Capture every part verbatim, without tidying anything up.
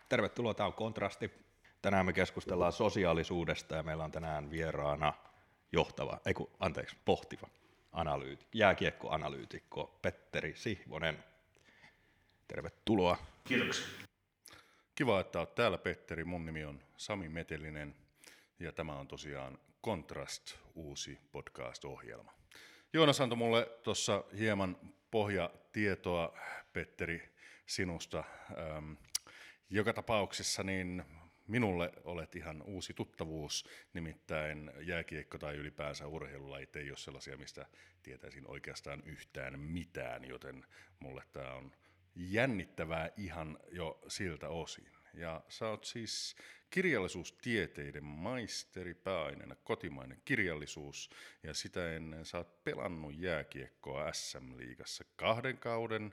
Tervetuloa, tämä on Kontrasti. Tänään me keskustellaan sosiaalisuudesta ja meillä on tänään vieraana johtava, ei kun, anteeksi, pohtiva analyytikko, jääkiekkoanalyytikko Petteri Sihvonen. Tervetuloa. Kiitoksia. Kiva, että olet täällä, Petteri. Mun nimi on Sami Metelinen ja tämä on tosiaan Kontrast, uusi podcast-ohjelma. Joonas antoi mulle tuossa hieman pohjatietoa, Petteri, sinusta. Ähm, joka tapauksessa niin minulle olet ihan uusi tuttavuus, nimittäin jääkiekko tai ylipäänsä urheilulajit ei ole sellaisia, mistä tietäisin oikeastaan yhtään mitään, joten mulle tämä on jännittävää ihan jo siltä osin. Ja sä oot siis kirjallisuustieteiden maisteri, pääaineena kotimainen kirjallisuus, ja sitä ennen sä oot pelannut jääkiekkoa S M-liigassa kahden kauden,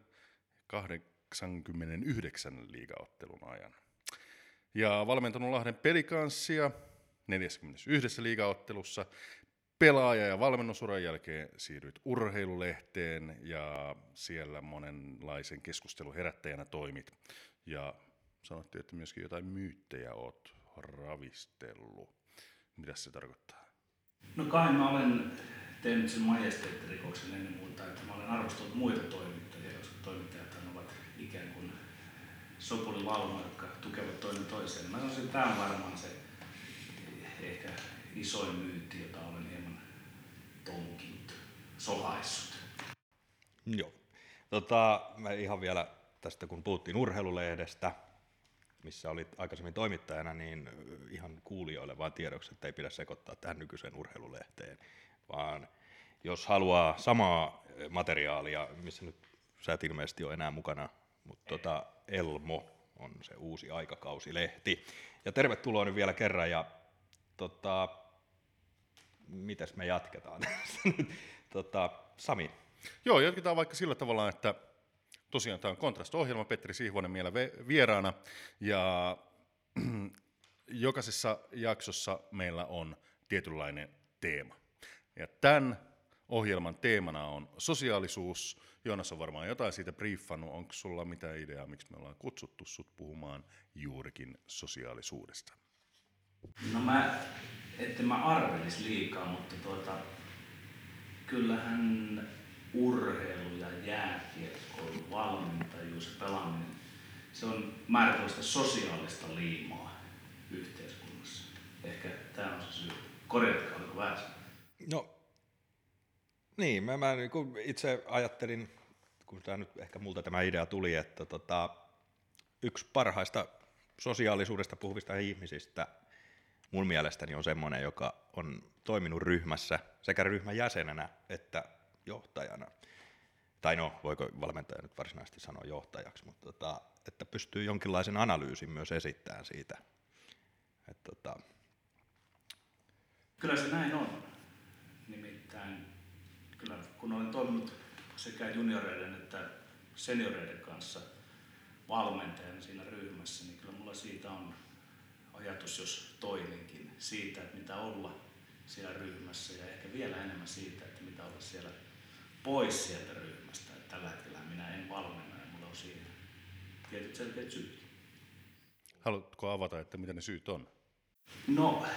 kahdeksankymmentäyhdeksän liigaottelun ajan. Ja valmentanut Lahden Pelikanssia neljäkymmentäyksi liigaottelussa. Pelaaja- ja valmennusuran jälkeen siirryit Urheilulehteen ja siellä monenlaisen keskustelun herättäjänä toimit. Ja sanottiin, että myöskin jotain myyttejä oot ravistellut. Mitäs se tarkoittaa? No kai mä olen tehnyt sen majesteettirikoksen ennen muuta, että mä olen arvostellut muita toimittajia, koska toimittajat ovat ikään kuin sopulilauma, jotka tukevat toinen toiseen. Mä sanoisin, että tämä on varmaan se ehkä isoin myytti, jota olen hieman tonkinut, sohaissut. Joo. Tota, mä ihan vielä tästä, kun puhuttiin Urheilulehdestä, missä olit aikaisemmin toimittajana, niin ihan kuulijoille vaan tiedoksi, että ei pidä sekoittaa tähän nykyiseen Urheilulehteen, vaan jos haluaa samaa materiaalia, missä nyt sä et ilmeisesti ole enää mukana, mutta tota, Elmo on se uusi aikakausilehti. Ja tervetuloa nyt vielä kerran, ja tota, mitäs me jatketaan tässä nyt? Tota, Sami. Joo, jatketaan vaikka sillä tavalla, että tosiaan tämä on Kontrast-ohjelma, Petteri Sihvonen meillä vieraana, ja jokaisessa jaksossa meillä on tietynlainen teema. Ja tämän ohjelman teemana on sosiaalisuus. Joonas on varmaan jotain siitä briefannut. Onko sulla mitään ideaa, miksi me ollaan kutsuttu sut puhumaan juurikin sosiaalisuudesta? No mä, että mä arvelisi liikaa, mutta tuota, kyllähän urheilu ja jääkiekko, valmentajuus ja pelaaminen, se on määrätystä sosiaalista liimaa yhteiskunnassa. Ehkä tämä on se syy. Korjatkaa, oliko väärin? No, niin, mä, mä niin kuin itse ajattelin, kun tämä nyt ehkä multa tämä idea tuli, että tota, yksi parhaista sosiaalisuudesta puhuvista ihmisistä mun mielestäni on semmoinen, joka on toiminut ryhmässä sekä ryhmän jäsenenä että johtajana. Tai no, voiko valmentaja nyt varsinaisesti sanoa johtajaksi, mutta tota, että pystyy jonkinlaisen analyysin myös esittämään siitä. Et, tota... Kyllä se näin on. Nimittäin kyllä kun olen toiminut sekä junioreiden että senioreiden kanssa valmentajana siinä ryhmässä, niin kyllä mulla siitä on ajatus, jos toinenkin, siitä, että mitä olla siellä ryhmässä ja ehkä vielä enemmän siitä, että mitä olla siellä pois sieltä ryhmästä. Että tällä hetkellä minä en valmenna ja mulla on siinä tietyt selkeät syyt. Haluatko avata, että mitä ne syyt on? No,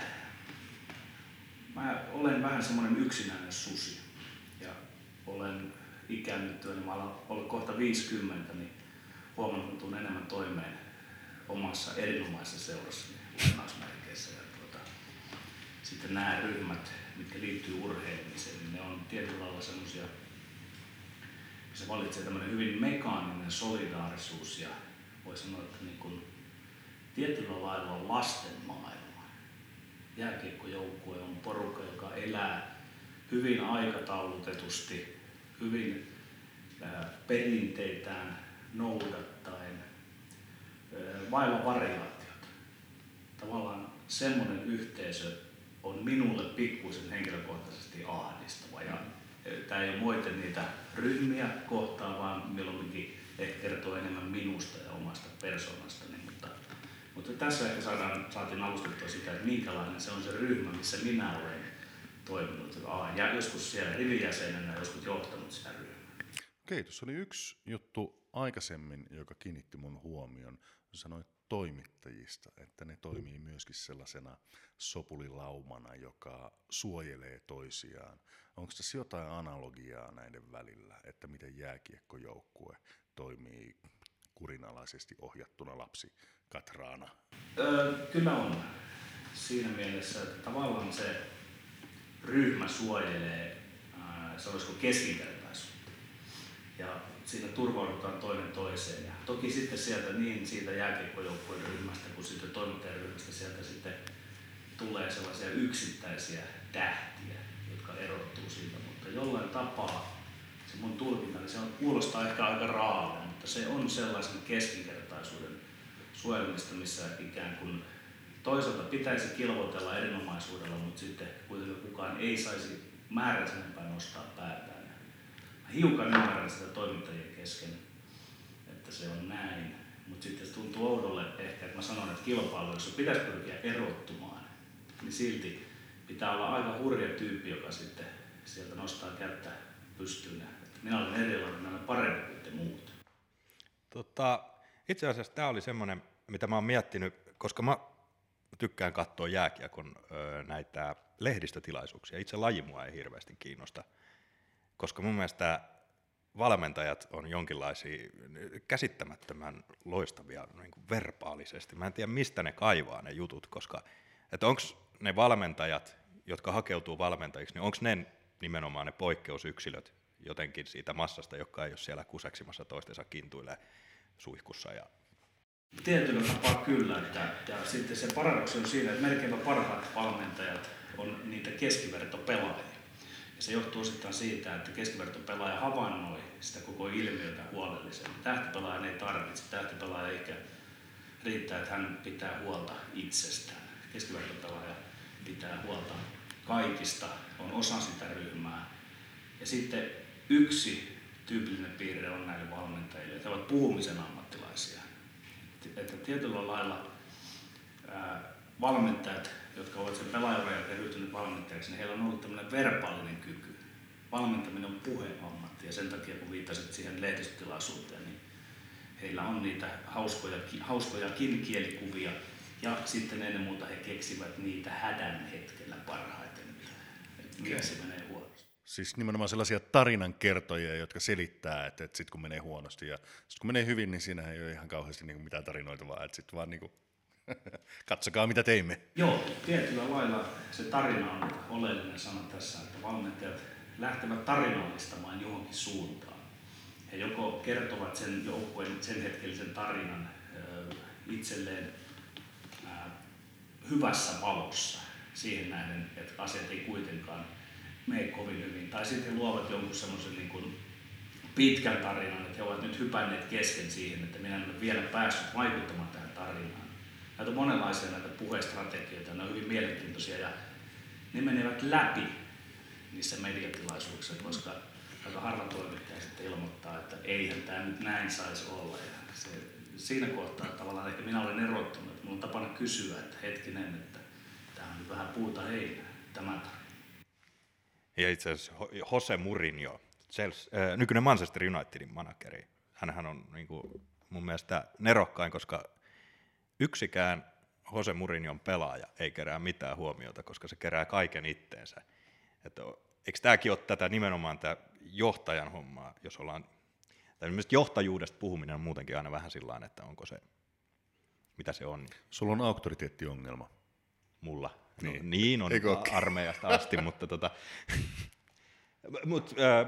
mä olen vähän semmoinen yksinäinen susi ja olen ikäännyttyä, niin mä olen ollut kohta viisikymmentä, niin huomannut, että tulen enemmän toimeen omassa erinomaisessa seurassani lainausmerkeissä. Ja tuota, sitten nämä ryhmät, mitkä liittyy urheilemiseen, niin ne on tietyllä lailla semmoisia, se valitsee tämmöinen hyvin mekaaninen solidaarisuus ja voi sanoa, että niin kuin tietyllä lailla on lasten maailma. Jääkiekkojoukkue on porukka, joka elää hyvin aikataulutetusti, hyvin ää, perinteitään noudattaen, ää, vailla variaatiota. Tavallaan semmoinen yhteisö on minulle pikkuisen henkilökohtaisesti ahdistava. Ja tämä ei ole moite niitä ryhmiä kohtaan, vaan milloinkin ehkä kertoo enemmän minusta ja omasta persoonastani. Mutta, mutta tässä ehkä saadaan, saatiin alustettua sitä, että minkälainen se on se ryhmä, missä minä olen toiminut. Ja joskus siellä rivijäsenenä, joskus johtanut sitä ryhmää. Okei, tuossa oli yksi juttu aikaisemmin, joka kiinnitti mun huomion. sanoit toimittajista, että ne toimii myöskin sellaisena sopulilaumana, joka suojelee toisiaan. Onko tässä jotain analogiaa näiden välillä, että miten jääkiekkojoukkue toimii kurinalaisesti ohjattuna lapsi Katraana? Öö, kyllä on. Siinä mielessä, että tavallaan se ryhmä suojelee, ää, se olisiko keskinkertaisuutta. Ja siinä turvaudutaan toinen toiseen. Ja toki sitten sieltä niin siitä jääkiekkojoukkueen ryhmästä kuin sitten toimittajaryhmästä sieltä sitten tulee sellaisia yksittäisiä tähtiä, jotka erottuu siitä. Mutta jollain tapaa se mun tulkinta, niin se on, kuulostaa ehkä aika raalle, mutta se on sellaisen keskinkertaisuuden suojelmista, missä ikään kuin toisaalta pitäisi kilvoitella erinomaisuudella, mutta sitten kuitenkaan kukaan ei saisi määräisenempää nostaa päätään. Mä hiukan ymmärrän sitä toimittajien kesken, että se on näin, mutta sitten se tuntuu oudolle ehkä, että mä sanon, että kilpailuissa pitäisi pyrkiä erottumaan, niin silti pitää olla aika hurja tyyppi, joka sitten sieltä nostaa kättä pystyyn. Että minä olen erilainen, minä olen parempi kuin te muut. Tota, itse asiassa tämä oli semmoinen, mitä mä oon miettinyt, koska mä tykkään katsoa jääkiekon öö, näitä lehdistötilaisuuksia. Itse laji mua ei hirveästi kiinnosta, koska mun mielestä valmentajat on jonkinlaisia käsittämättömän loistavia niin kuin verbaalisesti. Mä en tiedä, mistä ne kaivaa ne jutut, koska että onko ne valmentajat, jotka hakeutuu valmentajiksi, niin onko ne nimenomaan ne poikkeusyksilöt jotenkin siitä massasta, joka ei ole siellä kuseksimassa toistensa kintuilee suihkussa. Ja Tietyllä tapaa kyllä, että, ja sitten se paradoksi on siinä, että melkeinpä parhaat valmentajat on niitä keskivertopelaajia. Ja se johtuu osittain siitä, että keskivertopelaaja havainnoi sitä koko ilmiötä huolellisemmin. Tähtipelaajan ei tarvitse, tähtipelaaja eikä riittää, että hän pitää huolta itsestään. Keskivertopelaaja pitää huolta kaikista, on osa sitä ryhmää. Ja sitten yksi tyypillinen piirre on näille valmentajille, että he ovat puhumisen ammattilaisia. Että tietyllä lailla ää, valmentajat, jotka ovat sen pelaajan jälkeen ryhtyneet valmentajaksi, niin heillä on ollut tämmöinen verbaalinen kyky. Valmentaminen on puheammatti ja sen takia, kun viittasit siihen lehdistötilaisuuteen, niin heillä on niitä hauskoja, hauskojakin kielikuvia ja sitten ennen muuta he keksivät niitä hädän hetkellä parhaiten, että mikä se menee huonosti. Siis nimenomaan sellaisia tarinankertojia, jotka selittää, että, että sitten kun menee huonosti ja sitten kun menee hyvin, niin siinä ei ole ihan kauheasti niin kuin mitään tarinoita, vaan että sitten vaan niin kuin katsokaa mitä teimme. Joo, tietyllä lailla se tarina on oleellinen sana tässä, että valmentajat lähtevät tarinallistamaan johonkin suuntaan. He joko kertovat sen joukkueen sen hetkellisen tarinan ö, itselleen ö, hyvässä valossa siihen nähden, että asiat ei kuitenkaan mene kovin hyvin. Tai sitten luovat jonkun semmoisen niin kuin pitkän tarinan, että he ovat nyt hypänneet kesken siihen, että minä en ole vielä päässyt vaikuttamaan tähän tarinaan. Näitä on monenlaisia näitä puhestrategioita, ne on hyvin mielenkiintoisia ja ne menevät läpi niissä mediatilaisuuksissa, koska aika harva toimittaja sitten ilmoittaa, että eihän tämä nyt näin saisi olla. Ja se, siinä kohtaa tavallaan ehkä minä olen erottunut, että minulla on tapana kysyä, että hetkinen, että tämä on nyt vähän puuta heinää, tämä tarina. Ja itse asiassa Jose Mourinho, Chelsea, äh, nykyinen Manchester Unitedin manageri, hänhän on niin kuin, mun mielestä nerokkain, koska yksikään Jose Mourinhon pelaaja ei kerää mitään huomiota, koska se kerää kaiken itteensä. Että, eikö tämäkin ole tätä nimenomaan tämä johtajan hommaa, jos ollaan, tai johtajuudesta puhuminen on muutenkin aina vähän sillain, että onko se, mitä se on. Sulla on auktoriteettiongelma. Mulla. Niin, no, niin on armeijasta asti, mutta tota, mut, öö,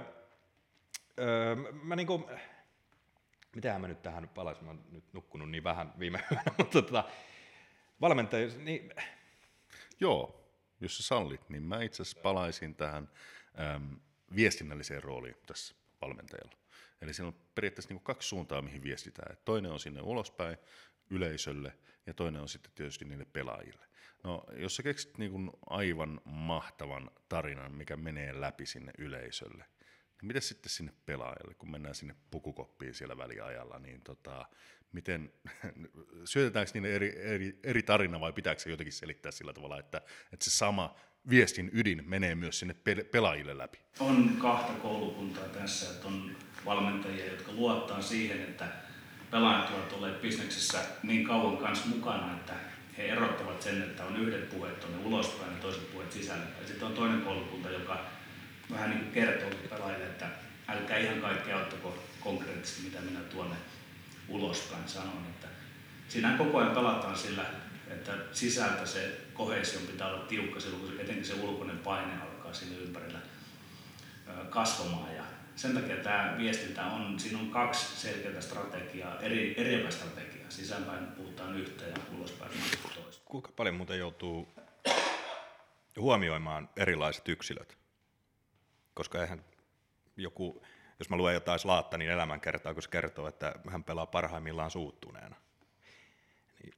öö, mä niinku, mitähän mä nyt tähän nyt palaisin, mä oon nyt nukkunut niin vähän viime yönä, mutta tota, valmentaja, niin... Joo, jos sä sallit, niin mä itse asiassa palaisin tähän äm, viestinnälliseen rooliin tässä valmentajalla. Eli siinä on periaatteessa niin kuin kaksi suuntaa, mihin viestitään. Toinen on sinne ulospäin yleisölle ja toinen on sitten tietysti niille pelaajille. No, jos sä keksit niin kuin aivan mahtavan tarinan, mikä menee läpi sinne yleisölle, niin miten sitten sinne pelaajalle, kun mennään sinne pukukoppiin siellä väliajalla, niin tota, miten, syötetäänkö niille eri, eri, eri tarina vai pitääkö se jotenkin selittää sillä tavalla, että, että se sama viestin ydin menee myös sinne pelaajille läpi? On kahta koulukuntaa tässä, että on valmentajia, jotka luottaa siihen, että pelaajat ovat olleet bisneksessä niin kauan kanssa mukana, että he erottavat sen, että on yhdet puheet tuonne ulospäin ja toiset puheet sisälle. Ja sitten on toinen koulukunta, joka vähän niin kuin kertoo pelaajille, että älkää ihan kaikkea ottako konkreettisesti, mitä minä tuonne ulospäin sanon. Että siinähän koko ajan pelataan sillä, että sisältä se koheesio pitää olla tiukka silloin, kun etenkin se ulkoinen paine alkaa siinä ympärillä kasvamaan. Ja sen takia tämä viestintä on, siinä on kaksi selkeää strategiaa, eri, eriävää strategiaa. Sisäänpäin puhutaan yhtä ja ulospäin toista. Kuinka paljon muuten joutuu huomioimaan erilaiset yksilöt? Koska eihän joku, jos mä luen jotain Zlatanin elämänkertaa, kun se kertoo, että hän pelaa parhaimmillaan suuttuneena. Niin.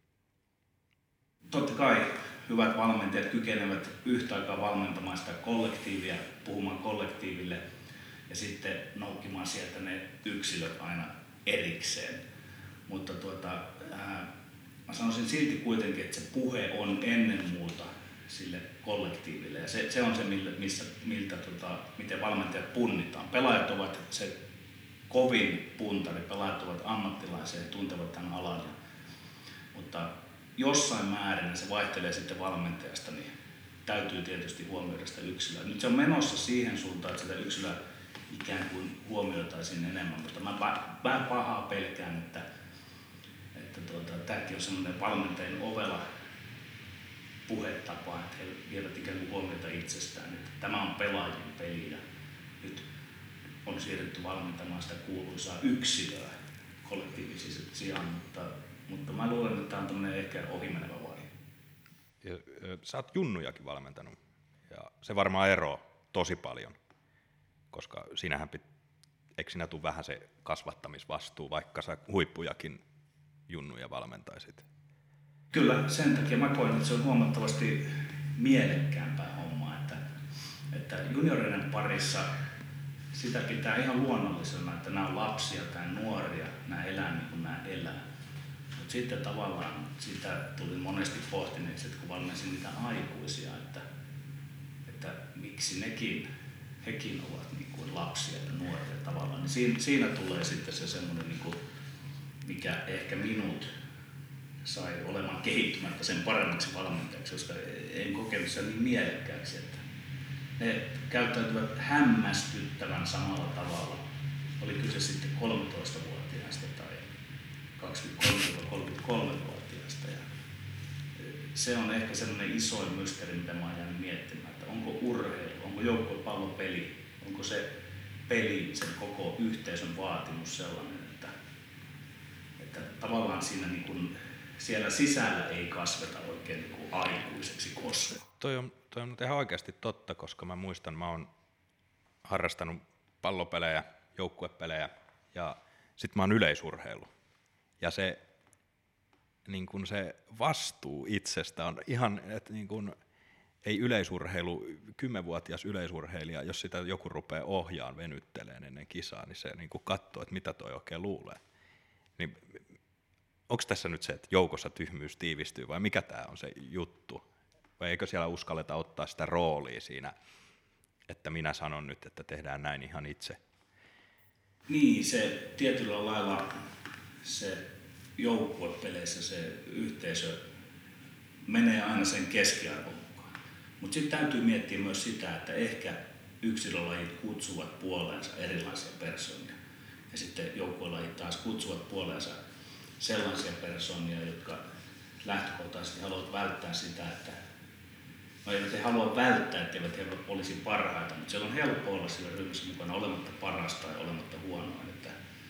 Totta kai hyvät valmentajat kykenevät yhtä aikaa valmentamaan sitä kollektiivia, puhumaan kollektiiville ja sitten noukkimaan sieltä ne yksilöt aina erikseen. Mutta tuota, ää, mä sanoisin silti kuitenkin, että se puhe on ennen muuta sille kollektiiville ja se, se on se, millä, missä, miltä, tota, miten valmentajat punnitaan. Pelaajat ovat se kovin puntari, pelaajat ovat ammattilaisia ja tuntevat tämän alan. Ja, mutta jossain määrin se vaihtelee sitten valmentajasta, niin täytyy tietysti huomioida sitä yksilöä. Nyt se on menossa siihen suuntaan, että sitä yksilöä ikään kuin huomioitaisiin enemmän, mutta mä vähän pahaa pelkään, että, että tuota, tämäkin on semmoinen valmentajien ovela puhetapa, että he vievät ikään kuin huomiota itsestään. Että tämä on pelaajien peli ja nyt on siirretty valmentamaan sitä kuuluisaa yksilöä kollektiivisen sijaan, mutta, mutta mä luulen, että tämä on tämmöinen ehkä ohimenevä vaihe. Ja, sä oot junnujakin valmentanut ja se varmaan eroaa tosi paljon, koska sinähän pit, eikö sinä tule vähän se kasvattamisvastuu, vaikka sä huippujakin junnuja valmentaisit? Kyllä, sen takia mä koen, että se on huomattavasti mielekkäämpää hommaa, että, että junioreiden parissa sitä pitää ihan luonnollisena, että nämä on lapsia tai nuoria, nämä elää niin kuin nämä elää. Mutta sitten tavallaan sitä tuli monesti pohtineeksi, että kun valmensin niitä aikuisia, että, että miksi nekin, hekin ovat niin kuin lapsia ja nuoria tavallaan, niin siinä, siinä tulee sitten se semmoinen, niin kuin, mikä ehkä minut sai olemaan kehittymättä sen paremmaksi valmentajaksi, koska en kokenut sitä niin mielekkääksi, että ne käyttäytyvät hämmästyttävän samalla tavalla. Oli kyse sitten kolmetoistavuotiaista tai kaksikymmentäkolme-kolmekymmentäkolme-vuotiaista. Ja se on ehkä sellainen isoin mysteeri, mitä mä oon jäänyt miettimään, että onko urheilu, onko joukkuepallopeli, onko se peli, sen koko yhteisön vaatimus sellainen, että, että tavallaan siinä niin kuin siellä sisällä ei kasveta oikein niin kuin aikuiseksi koskaan. Toi on, toi on ihan oikeasti totta, koska mä muistan, mä oon harrastanut pallopelejä, joukkuepelejä ja sit mä oon yleisurheilu. Ja se, niin kun se vastuu itsestä on ihan, että niin kun ei yleisurheilu, kymmenvuotias yleisurheilija, jos sitä joku rupeaa ohjaan venyttelemään ennen kisaa, niin se niin kun katsoo, että mitä toi oikein luulee. Niin, onko tässä nyt se, että joukossa tyhmyys tiivistyy vai mikä tämä on se juttu? Vai eikö siellä uskalleta ottaa sitä roolia siinä, että minä sanon nyt, että tehdään näin ihan itse? Niin, se tietyllä lailla se joukkuepeleissä se yhteisö menee aina sen keskiarvon mukaan. Mutta sitten täytyy miettiä myös sitä, että ehkä yksilölajit kutsuvat puoleensa erilaisia persoonia. Ja sitten joukkuelajit taas kutsuvat puoleensa sellaisia persoonia, jotka lähtökohtaisesti haluavat välttää sitä, että no eivät he halua välttää, etteivät he olisi parhaita, mutta siellä on helppo olla sillä ryhmässä mukana olematta parasta tai olematta huonoa. Että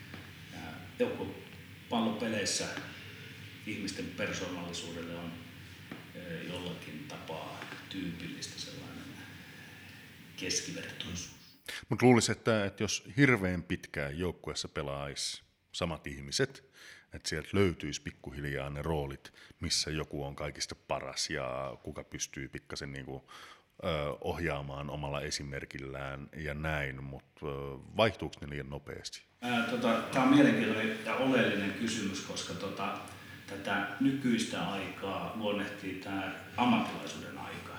joku pallopeleissä ihmisten persoonallisuudelle on jollakin tapaa tyypillistä sellainen keskivertoisuus. Mutta luulisin, että, että jos hirveän pitkään joukkueessa pelaisi samat ihmiset, että sieltä löytyisi pikkuhiljaa ne roolit, missä joku on kaikista paras ja kuka pystyy pikkasen niinku, ö, ohjaamaan omalla esimerkillään ja näin, mutta vaihtuuko ne liian nopeasti? Tota, tämä on mielenkiintoinen ja oleellinen kysymys, koska tota, tätä nykyistä aikaa luonnehtii tämä ammattilaisuuden aika.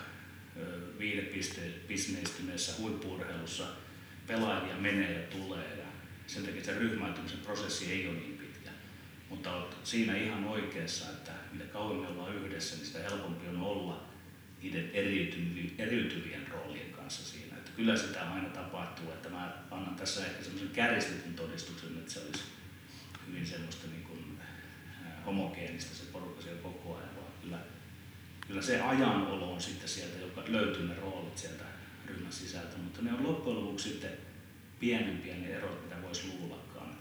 Viidepisneistyneessä huippu-urheilussa pelaajia menee ja tulee ja sen takia se ryhmäytymisen prosessi ei ole niin pitkä. Mutta olet siinä ihan oikeassa, että mitä kauemmin ollaan yhdessä, niin sitä helpompi on olla niiden eriytyvien, eriytyvien roolien kanssa siinä. Että kyllä sitä aina tapahtuu, että mä annan tässä ehkä semmoisen kärjistetyn todistuksen, että se olisi hyvin semmoista niin kuin homogeenista se porukka siellä koko ajan, vaan kyllä, kyllä se ajanolo on sitten sieltä, joka löytyy ne roolit sieltä ryhmän sisältä, mutta ne on loppujen lopuksi sitten pienempiä ne erot, mitä voisi luullakaan.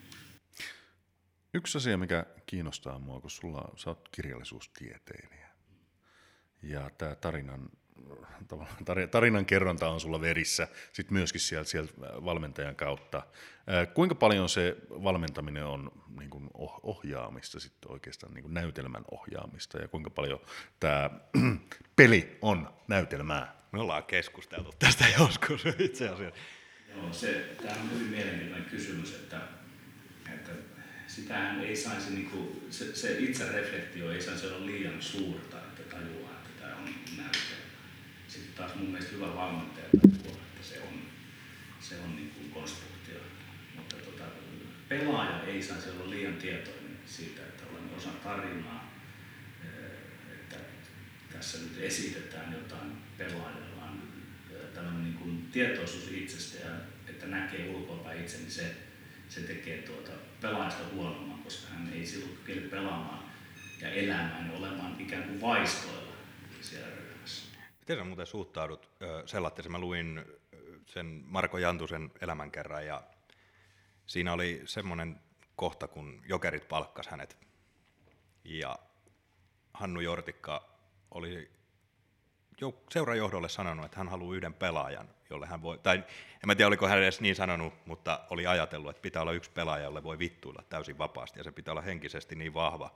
Yksi asia, mikä kiinnostaa mua, kun sulla, sä oot kirjallisuustieteilijä ja tämä tarinan, tarinan kerronta on sulla verissä, sitten myöskin sieltä, sieltä valmentajan kautta. Kuinka paljon se valmentaminen on niin kuin ohjaamista, sitten oikeastaan niin kuin näytelmän ohjaamista, ja kuinka paljon tämä peli on näytelmää? Me ollaan keskusteltu tästä joskus itse asiassa. Joo, se, tämä on hyvin mielenkiintoinen kysymys, että, että sitähän ei saisi, niin kuin, se, se itsereflektio ei saisi olla liian suurta, että tajuaa, että tämä on näytelmä. Sitten taas mun mielestä hyvä valmentaja tajuaa, että se on, se on niin kuin konstruktio. Mutta tota, pelaaja ei saisi olla liian tietoinen siitä, että olemme osa tarinaa, että tässä nyt esitetään jotain pelaajalla, vaan tällainen niin kuin tietoisuus itsestä ja että näkee ulkoapäin itse, niin se, se tekee tuota pelaajasta huonomman, koska hän ei silloin kykene pelaamaan ja elämään ja olemaan ikään kuin vaistoilla siellä ryhmässä. Miten sä muuten suhtaudut sellaiseen? Mä luin sen Marko Jantusen elämänkerran ja siinä oli semmoinen kohta, kun Jokerit palkkasi hänet ja Hannu Jortikka oli seuran johdolle sanonut, että hän haluaa yhden pelaajan, jolle hän voi, tai en mä tiedä oliko hän edes niin sanonut, mutta oli ajatellut, että pitää olla yksi pelaaja, jolle voi vittuilla täysin vapaasti ja se pitää olla henkisesti niin vahva.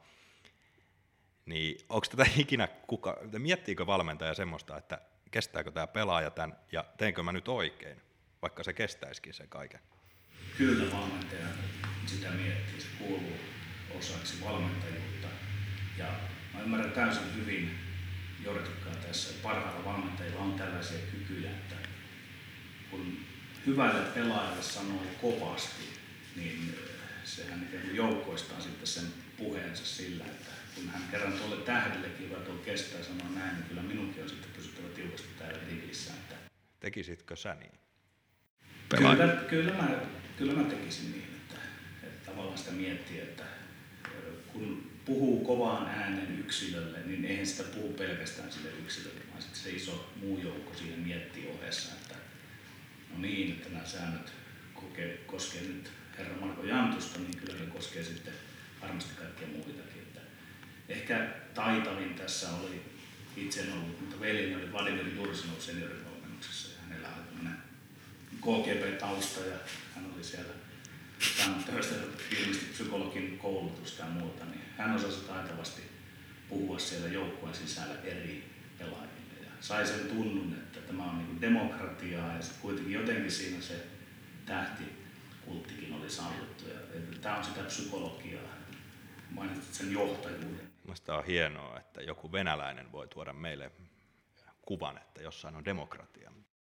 Niin onko tätä ikinä kuka, miettiikö valmentaja semmoista, että kestääkö tämä pelaaja tämän ja teenkö mä nyt oikein, vaikka se kestäisikin sen kaiken? Kyllä valmentaja sitä miettii, se kuuluu osaksi valmentajuutta ja mä ymmärrän täysin hyvin Jortikkaa tässä. Parhailla valmentajilla on tällaisia kykyjä, että kun hyvälle pelaajalle sanoo kovasti, niin sehän ikään kuin joukkoistaa sitten sen puheensa sillä, että kun hän kerran tuolle tähdellekin hyvä tuolla kestää sanoa näin, niin kyllä minunkin on sitten pysyttävä tiukasti täällä rivissä. Että tekisitkö sä niin? Kyllä, kyllä, mä, kyllä mä tekisin niin, että, että tavallaan sitä miettii, että kun puhuu kovaan äänen yksilölle, niin eihän sitä puhu pelkästään sille yksilölle, vaan sitten se iso muu joukko siinä miettii ohessa, että no niin, että nämä säännöt kokee, koskee nyt herra Marko Jantusta, niin kyllä ne koskee sitten varmasti kaikkia muitakin. Että ehkä taitavin tässä oli, itse en ollut, mutta veljeni oli Vladimir Jursinov seniorivalmennuksessa ja hänellä oli tämmöinen K G B-tausta ja hän oli siellä tämmöistä ilmeisesti psykologin koulutusta ja muuta, niin hän osasi taitavasti puhua siellä joukkueen sisällä eri pelaajille ja sai sen tunnun, että tämä on niin kuin demokratiaa ja sitten kuitenkin jotenkin siinä se tähtikulttikin oli sallittu. Ja tämä on sitä psykologiaa, mainitsit sen johtajuuden. Mielestäni on hienoa, että joku venäläinen voi tuoda meille kuvan, että jossain on demokratia.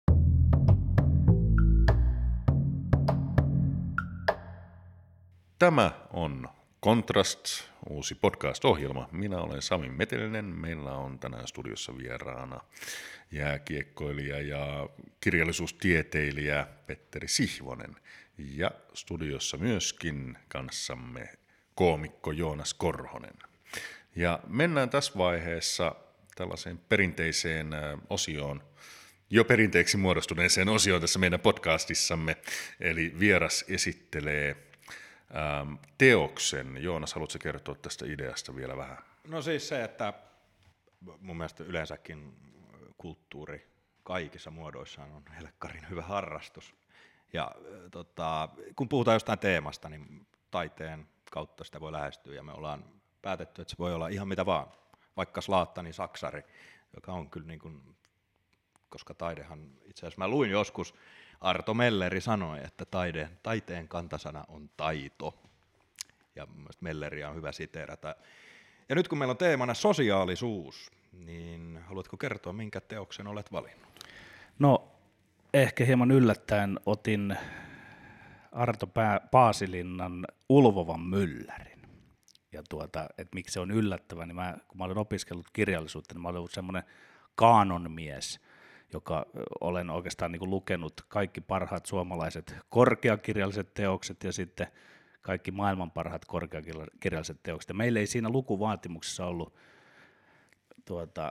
Tämä on Kontrast, uusi podcast-ohjelma. Minä olen Sami Metelinen. Meillä on tänään studiossa vieraana jääkiekkoilija ja kirjallisuustieteilijä Petteri Sihvonen. Ja studiossa myöskin kanssamme koomikko Joonas Korhonen. Ja mennään tässä vaiheessa tällaiseen perinteiseen osioon, jo perinteeksi muodostuneeseen osioon tässä meidän podcastissamme. Eli vieras esittelee Ähm, teoksen. Joonas, haluatko kertoa tästä ideasta vielä vähän? No siis se, että mun mielestä yleensäkin kulttuuri kaikissa muodoissaan on helkkarin hyvä harrastus. Ja tota, kun puhutaan jostain teemasta, niin taiteen kautta sitä voi lähestyä ja me ollaan päätetty, että se voi olla ihan mitä vaan. Vaikka Zlatani Saksari, joka on kyllä niin kuin, koska taidehan, itse asiassa mä luin joskus, Arto Melleri sanoi, että taide, taiteen kantasana on taito. Ja mun mielestä Melleriä on hyvä siteerata. Ja nyt kun meillä on teemana sosiaalisuus, niin haluatko kertoa, minkä teoksen olet valinnut? No, ehkä hieman yllättäen otin Arto Paasilinnan Ulvovan myllärin. ja tuota, että miksi se on yllättävää, niin mä, kun mä olen opiskellut kirjallisuutta, niin mä olen ollut semmoinen kaanonmies, joka olen oikeastaan niin kuin lukenut kaikki parhaat suomalaiset korkeakirjalliset teokset ja sitten kaikki maailman parhaat korkeakirjalliset teokset. Ja meillä ei siinä lukuvaatimuksessa ollut tuota,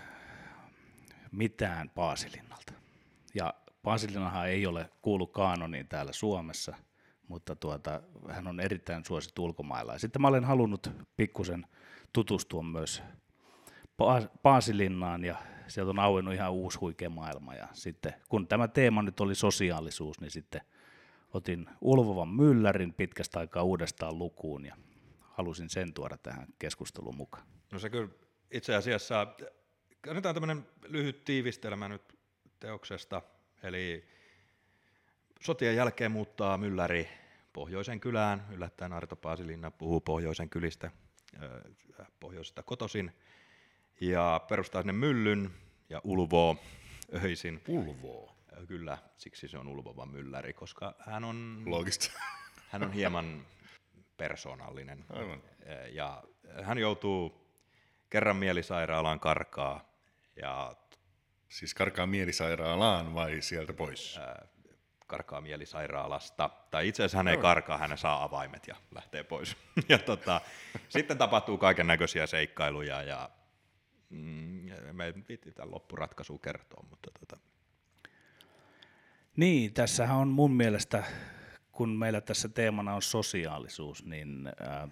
mitään Paasilinnalta. Ja Paasilinnahan ei ole kuulu kaanoniin täällä Suomessa, mutta tuota, hän on erittäin suosittu ulkomailla. Ja sitten mä olen halunnut pikkusen tutustua myös Paasilinnaan ja sieltä on auennut ihan uusi huikea maailma. Ja sitten kun tämä teema nyt oli sosiaalisuus, niin sitten otin Ulvovan myllärin pitkästä aikaa uudestaan lukuun ja halusin sen tuoda tähän keskusteluun mukaan. No se kyllä itse asiassa, annetaan tämmöinen lyhyt tiivistelmä nyt teoksesta, eli sotien jälkeen muuttaa mylläri pohjoisen kylään, yllättäen Arto Paasilinna puhuu pohjoisen kylistä, äh, pohjoisesta kotoisin, ja perustaa sinne myllyn ja ulvoo öisin. Ulvoo? Kyllä, siksi se on Ulvovan mylläri, koska hän on, Loogista. hän on hieman persoonallinen. Aivan. Ja hän joutuu kerran mielisairaalaan karkaa. Ja, siis karkaa mielisairaalaan vai sieltä pois? Ää, karkaa mielisairaalasta. Tai itse asiassa hän ei karkaa, hän saa avaimet ja lähtee pois. ja tota, sitten tapahtuu kaiken näköisiä seikkailuja ja mm, me ei piti tämän loppuratkaisua kertoa, mutta tota. Niin, tässähän on mun mielestä, kun meillä tässä teemana on sosiaalisuus, niin äh,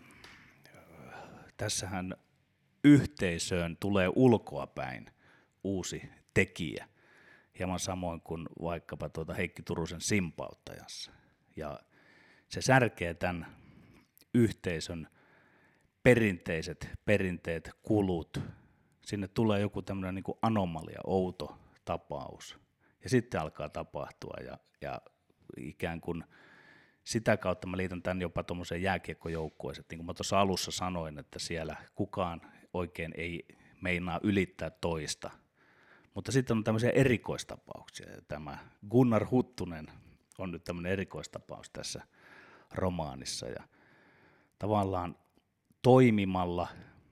tässähän yhteisöön tulee ulkoapäin uusi tekijä, hieman samoin kuin vaikkapa tuota Heikki Turusen Simpauttajassa. Ja se särkee tämän yhteisön perinteiset perinteet, kulut. Sinne tulee joku tämmöinen niin kuin anomalia, outo tapaus. Ja sitten alkaa tapahtua ja, ja ikään kuin sitä kautta mä liitän tämän jopa tuommoiseen jääkiekkojoukkueeseen. Niin kuin mä tuossa alussa sanoin, että siellä kukaan oikein ei meinaa ylittää toista. Mutta sitten on tämmöisiä erikoistapauksia. Tämä Gunnar Huttunen on nyt tämmöinen erikoistapaus tässä romaanissa. Ja tavallaan toimimalla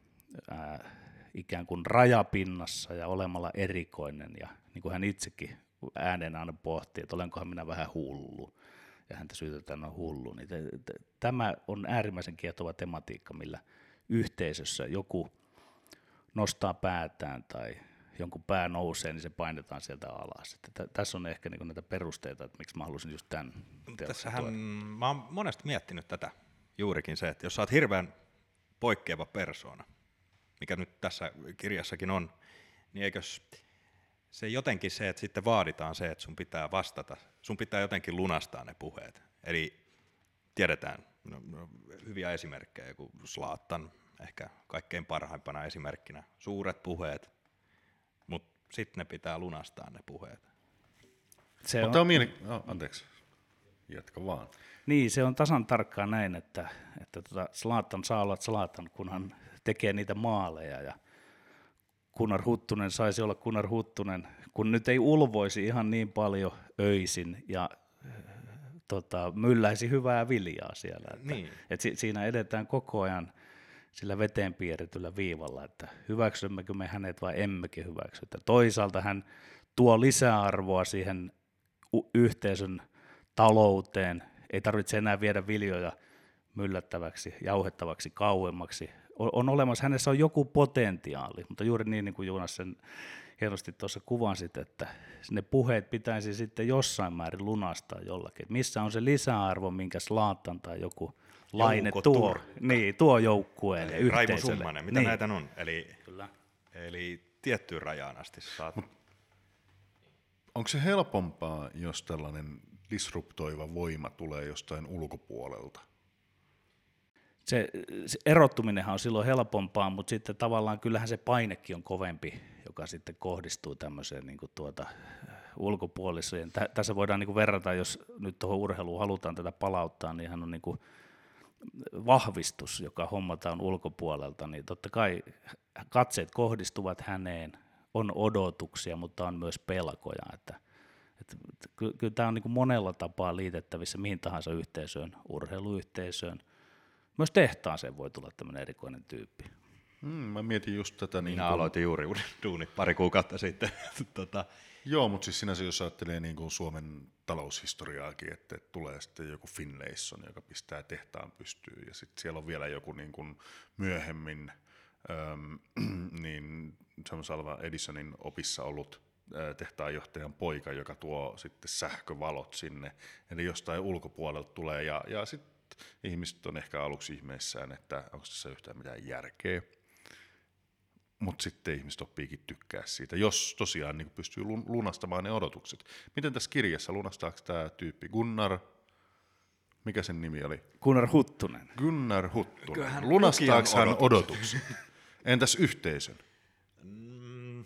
ää, ikään kuin rajapinnassa ja olemalla erikoinen ja niin kuin hän itsekin ääneen aina pohtii, että olenkohan minä vähän hullu, ja häntä syytetään on hullu. Niin t- t- tämä on äärimmäisen kiehtova tematiikka, millä yhteisössä joku nostaa päätään tai jonkun pää nousee, niin se painetaan sieltä alas. Että t- tässä on ehkä niin kuin näitä perusteita, että miksi mä halusin just tämän teoksen Tässähän tuoda. mä oon monesti miettinyt tätä, juurikin se, että jos sä oot hirveän poikkeava persoona, mikä nyt tässä kirjassakin on, niin eikös se jotenkin se, että sitten vaaditaan se, että sun pitää vastata, sun pitää jotenkin lunastaa ne puheet. Eli tiedetään, no, no, hyviä esimerkkejä, kuin Zlatan, ehkä kaikkein parhaimpana esimerkkinä, suuret puheet, mutta sitten ne pitää lunastaa ne puheet. Se Mutta on, on mieli... No, anteeksi, jatka vaan. niin, se on tasan tarkkaan näin, että, että tota Zlatan saa olla Zlatan, kun hän tekee niitä maaleja ja Gunnar Huttunen saisi olla Gunnar Huttunen, kun nyt ei ulvoisi ihan niin paljon öisin ja äh, tota, mylläisi hyvää viljaa siellä. Että, Niin. et si, siinä edetään koko ajan sillä veteen piirretyllä viivalla, että hyväksymmekö me hänet vai emmekin hyväksy. Että toisaalta hän tuo lisäarvoa siihen u- yhteisön talouteen, ei tarvitse enää viedä viljoja myllättäväksi, jauhettavaksi kauemmaksi. On olemassa, hänessä on joku potentiaali, mutta juuri niin, niin kuin Joonas sen hienosti tuossa kuvasit, että ne puheet pitäisi sitten jossain määrin lunastaa jollakin. Että missä on se lisäarvo, minkä Zlatan tai joku Laine Jouko tuo, Turkka. niin, tuo joukkueelle, Eli Raimo yhteisölle. Summanen, mitä niin. näitä on? Eli, Kyllä. eli tiettyyn rajaan asti saat. Onko se helpompaa, jos tällainen disruptoiva voima tulee jostain ulkopuolelta? Se, se erottuminenhan on silloin helpompaa, mutta sitten tavallaan kyllähän se painekin on kovempi, joka sitten kohdistuu tämmöiseen niin kuin tuota, ulkopuoliseen. Tä, tässä voidaan niin kuin verrata, jos nyt tuohon urheiluun halutaan tätä palauttaa, niin hän on niin kuin vahvistus, joka hommataan ulkopuolelta, niin totta kai katseet kohdistuvat häneen, on odotuksia, mutta on myös pelkoja. Että, että, kyllä, kyllä tämä on niin kuin monella tapaa liitettävissä mihin tahansa yhteisöön, urheiluyhteisöön, Myös tehtaaseen voi tulla tämmöinen erikoinen tyyppi. Mm, mä mietin just tätä. Minä niin kun... aloitin juuri uuden duunit pari kuukautta sitten. tota... Joo, mutta siis sinänsä jos ajattelee niin kuin Suomen taloushistoriaakin, että tulee sitten joku Finlayson, joka pistää tehtaan pystyyn, ja sitten siellä on vielä joku niin kuin myöhemmin äm, niin Thomas Alva Edisonin opissa ollut ää, tehtaanjohtajan poika, joka tuo sitten sähkövalot sinne, eli jostain ulkopuolelta tulee, ja, ja sitten ihmiset on ehkä aluksi ihmeissään, että onko tässä yhtään mitään järkeä. Mutta sitten ihmiset oppiikin tykkää siitä, jos tosiaan niin pystyy lunastamaan ne odotukset. Miten tässä kirjassa, lunastaako tämä tyyppi Gunnar, mikä sen nimi oli? Gunnar Huttunen. Gunnar Huttunen. Lunastaako hän odotukset? Entäs yhteisön? Mm.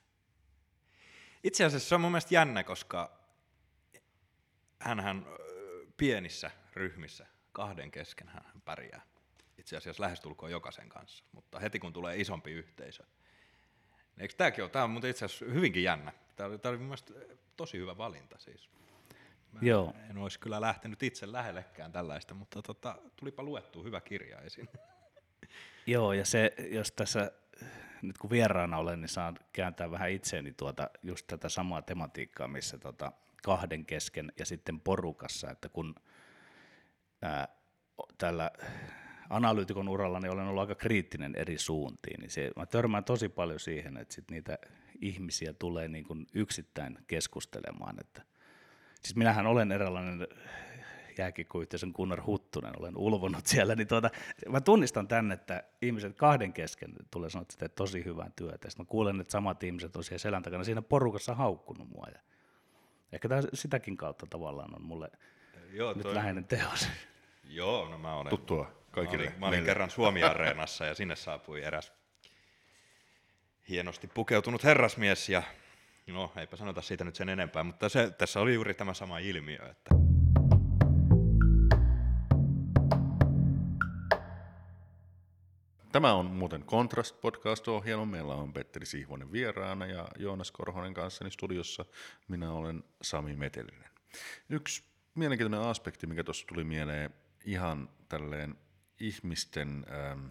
Itse asiassa se on mun mielestä jännä, koska hänhän pienissä ryhmissä kahden kesken hän pärjää. Itse asiassa lähestulkoon jokaisen kanssa, mutta heti kun tulee isompi yhteisö. Eikö tämäkin ole? Tämä on itse asiassa hyvinkin jännä. Tämä oli, tämä oli mun mielestä tosi hyvä valinta siis. Mä Joo. en olisi kyllä lähtenyt itse lähellekään tällaista, mutta tota, tulipa luettua hyvä kirja esiin. Joo, ja se, jos tässä nyt kun vieraana olen, niin saan kääntää vähän itseäni tuota, just tätä samaa tematiikkaa, missä tota, kahden kesken ja sitten porukassa, että kun ää, tällä analyytikon uralla niin olen ollut aika kriittinen eri suuntiin, niin se, mä törmään tosi paljon siihen, että sit niitä ihmisiä tulee niin kuin yksittäin keskustelemaan. Että, siis minähän olen eräänlainen jääkiekkoyhteisön Gunnar Huttunen, olen ulvonnut siellä, niin tuota, mä tunnistan tänne, että ihmiset kahden kesken tulee sanoa, että teet tosi hyvää työtä. Sitten mä kuulen, että samat ihmiset on siellä selän takana siinä porukassa haukkunut mua. Ja ehkä tämä sitäkin kautta tavallaan on mulle Joo, nyt toi... läheinen teos. Joo, no mä olen... Tuttua kaikille. Mä olin, mä olin kerran Suomi-areenassa ja sinne saapui eräs hienosti pukeutunut herrasmies ja no eipä sanota siitä nyt sen enempää, mutta se, tässä oli juuri tämä sama ilmiö, että Tämä on muuten Kontrast podcast-ohjelma. Meillä on Petteri Sihvonen vieraana ja Joonas Korhonen kanssani studiossa. Minä olen Sami Metelinen. Yksi mielenkiintoinen aspekti, mikä tuossa tuli mieleen ihan tälleen ihmisten, ähm,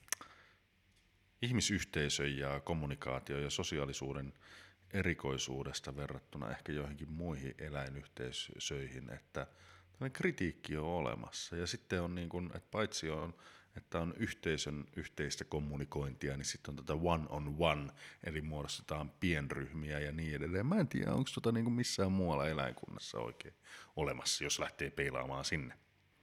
ihmisyhteisön ja kommunikaatio ja sosiaalisuuden erikoisuudesta verrattuna ehkä joihinkin muihin eläinyhteisöihin, että tällainen kritiikki on olemassa. Ja sitten on niin kuin, että paitsi on että on yhteisön yhteistä kommunikointia, niin sitten on tätä one-on-one, eli muodostetaan pienryhmiä ja niin edelleen. Mä en tiedä, onko tota niin kuin missään muualla eläinkunnassa oikein olemassa, jos lähtee peilaamaan sinne.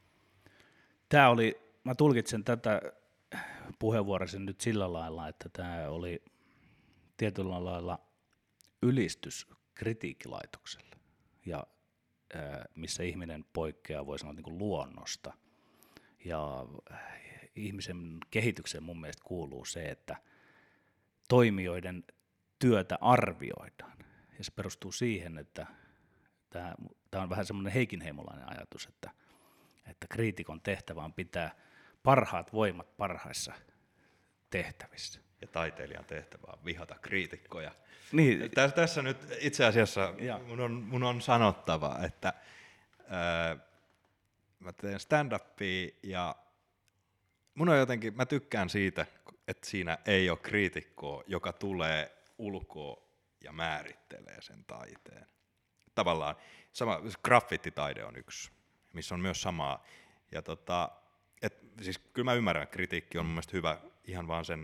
Tämä oli, mä tulkitsen tätä puheenvuorosi nyt sillä lailla, että tämä oli tietyllä lailla ylistys kritiikkilaitokselle, ja ää, missä ihminen poikkeaa, voi sanoa, niin kuin luonnosta. Ja ihmisen kehitykseen mun mielestä kuuluu se, että toimijoiden työtä arvioidaan. Ja se perustuu siihen, että tämä, tämä on vähän semmoinen heikinheimolainen ajatus, että, että kriitikon tehtävä on pitää parhaat voimat parhaissa tehtävissä. Ja taiteilijan tehtävä on vihata kriitikkoja. Niin. Tässä, tässä nyt itse asiassa mun on, mun on sanottava, että ää, mä teen stand-upia ja mun on jotenkin, mä tykkään siitä, että siinä ei ole kriitikkoa, joka tulee ulkoa ja määrittelee sen taiteen. Tavallaan sama, graffititaide on yksi, missä on myös samaa. Ja tota, et, siis kyllä mä ymmärrän, että kritiikki on mun mielestä hyvä ihan vaan sen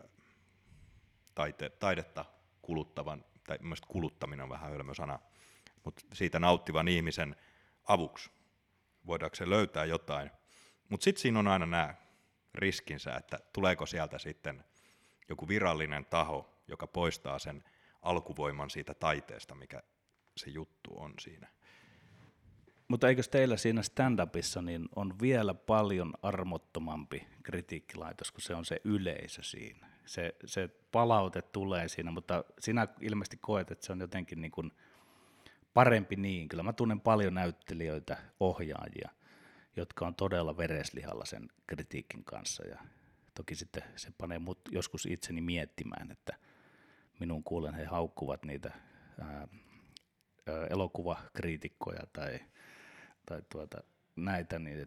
taite, taidetta kuluttavan, tai mun mielestä kuluttaminen on vähän hölmö sana, mutta siitä nauttivan ihmisen avuksi. Voidaanko se löytää jotain. Mutta sitten siinä on aina nämä riskinsä, että tuleeko sieltä sitten joku virallinen taho, joka poistaa sen alkuvoiman siitä taiteesta, mikä se juttu on siinä. Mutta eikö teillä siinä stand-upissa niin on vielä paljon armottomampi kritiikkilaitos, kun se on se yleisö siinä. Se, se palaute tulee siinä, mutta sinä ilmeisesti koet, että se on jotenkin niin kuin parempi niin. Kyllä mä tunnen paljon näyttelijöitä, ohjaajia, jotka on todella vereslihalla sen kritiikin kanssa. Ja toki sitten se panee mut joskus itseni miettimään, että minun kuulen he haukkuvat niitä ää, ää, elokuvakriitikkoja tai, tai tuota, näitä, niin että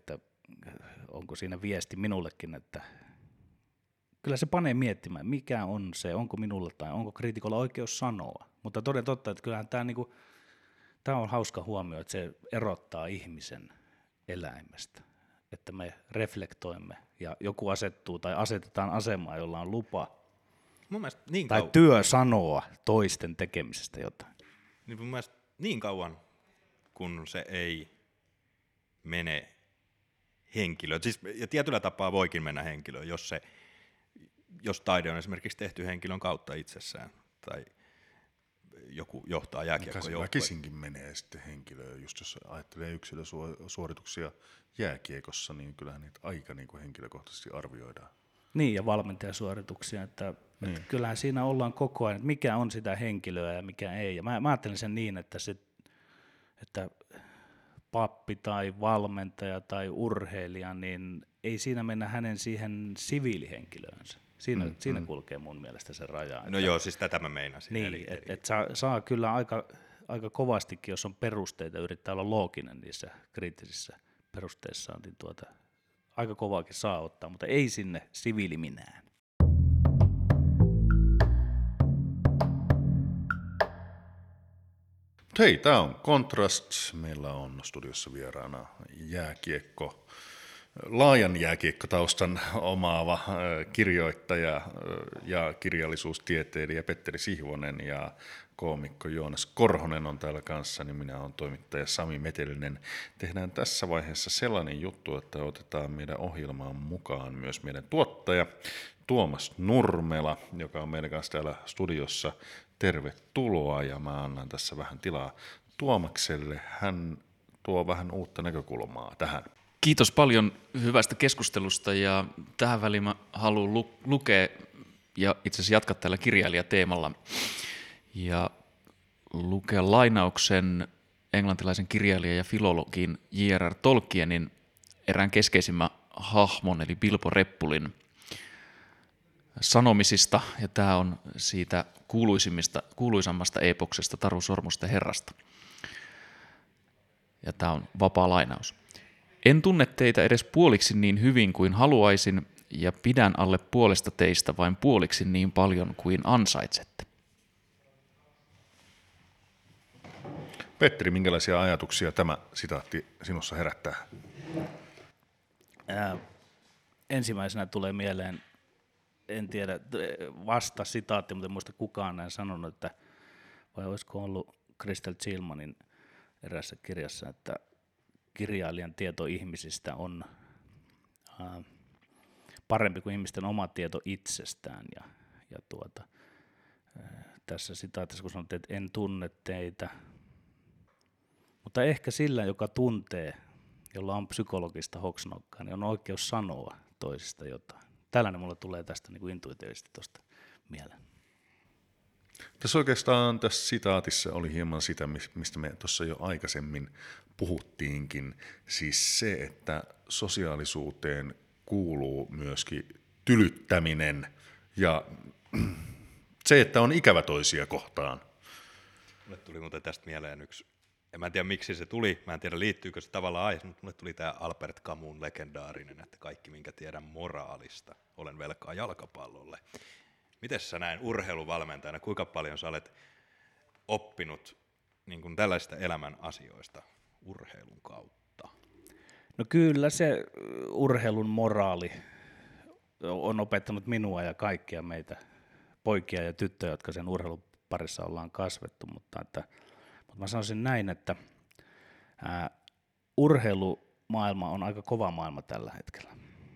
onko siinä viesti minullekin, että kyllä se panee miettimään, mikä on se, onko minulla tai onko kriitikolla oikeus sanoa. Mutta toden totta, että kyllähän tämä niinku, tää on hauska huomio, että se erottaa ihmisen eläimestä. Että me reflektoimme ja joku asettuu tai asetetaan asemaan, jolla on lupa Mun mielestä niin tai kauan, työ sanoa toisten tekemisestä jotain. niin mun mielestä niin kauan, kun se ei mene henkilöön. Siis, ja tietyllä tapaa voikin mennä henkilöön, jos, se, jos taide on esimerkiksi tehty henkilön kautta itsessään, tai joku johtaa jääkiekkojoukkoja. Väkisinkin menee sitten henkilöön, just jos ajattelee yksilösuorituksia jääkiekossa, niin kyllähän niitä aika niin kuin henkilökohtaisesti arvioidaan. Niin, ja valmentajasuorituksia, että, niin. että kyllähän siinä ollaan koko ajan, että mikä on sitä henkilöä ja mikä ei. Ja mä, mä ajattelen sen niin, että, se, että pappi tai valmentaja tai urheilija, niin ei siinä mennä hänen siihen siviilihenkilöönsä. Siinä, mm, siinä mm. kulkee mun mielestä se raja. No että, joo, siis tätä mä meinasin. Niin, että et saa, saa kyllä aika, aika kovastikin, jos on perusteita, yrittää olla looginen niissä kriittisissä perusteissaan, niin tuota, aika kovaakin saa ottaa, mutta ei sinne siviiliminään. Hei, tämä on Kontrast. Meillä on studiossa vieraana jääkiekko, laajan jääkiekkotaustan omaava kirjoittaja ja kirjallisuustieteilijä Petteri Sihvonen ja koomikko Joonas Korhonen on täällä kanssa, niin minä olen toimittaja Sami Metelinen. Tehdään tässä vaiheessa sellainen juttu, että otetaan meidän ohjelmaan mukaan myös meidän tuottaja Tuomas Nurmela, joka on meidän kanssa täällä studiossa. Tervetuloa, ja mä annan tässä vähän tilaa Tuomakselle. Hän tuo vähän uutta näkökulmaa tähän. Kiitos paljon hyvästä keskustelusta, ja tähän väliin mä haluan lu- lukea ja itse asiassa jatkaa tällä kirjailijateemalla ja lukea lainauksen englantilaisen kirjailijan ja filologin J R R Tolkienin erään keskeisimmän hahmon eli Bilbo Reppulin sanomisista, ja tämä on siitä kuuluisimmista, kuuluisammasta epoksesta Taru Sormusten herrasta. Ja tämä on vapaa lainaus. En tunne teitä edes puoliksi niin hyvin kuin haluaisin, ja pidän alle puolesta teistä vain puoliksi niin paljon kuin ansaitsette. Petteri, minkälaisia ajatuksia tämä sitaatti sinussa herättää? Ää, ensimmäisenä tulee mieleen, en tiedä, vasta sitaatti, mutta en muista kukaan näin sanonut, että vai olisiko ollut Crystal Chilmanin erässä kirjassa, että kirjailijan tieto ihmisistä on ää, parempi kuin ihmisten oma tieto itsestään. Ja, ja tuota, ää, tässä sitaatissa, kun sanottiin, että en tunne teitä, mutta ehkä sillä, joka tuntee, jolla on psykologista hoksnokkaa, niin on oikeus sanoa toisista jotain. Tällainen mulle tulee tästä niin kuin intuitiivisesti tuosta mieleen. Tässä oikeastaan tässä sitaatissa oli hieman sitä, mistä me tuossa jo aikaisemmin puhuttiinkin. Siis se, että sosiaalisuuteen kuuluu myöskin tylyttäminen ja se, että on ikävä toisia kohtaan. Mulle tuli muuten tästä mieleen yksi, en mä tiedä miksi se tuli, mä en tiedä liittyykö se tavallaan aiheeseen, mutta mulle tuli tämä Albert Camun legendaarinen, että kaikki minkä tiedän moraalista, olen velkaa jalkapallolle. Mites sä näin urheiluvalmentajana, kuinka paljon sä olet oppinut niin kuin tällaisista elämän asioista urheilun kautta? No kyllä se urheilun moraali on opettanut minua ja kaikkia meitä poikia ja tyttöjä, jotka sen urheilun parissa ollaan kasvettu, mutta, että, mutta mä sanoisin näin, että ää, urheilumaailma on aika kova maailma tällä hetkellä.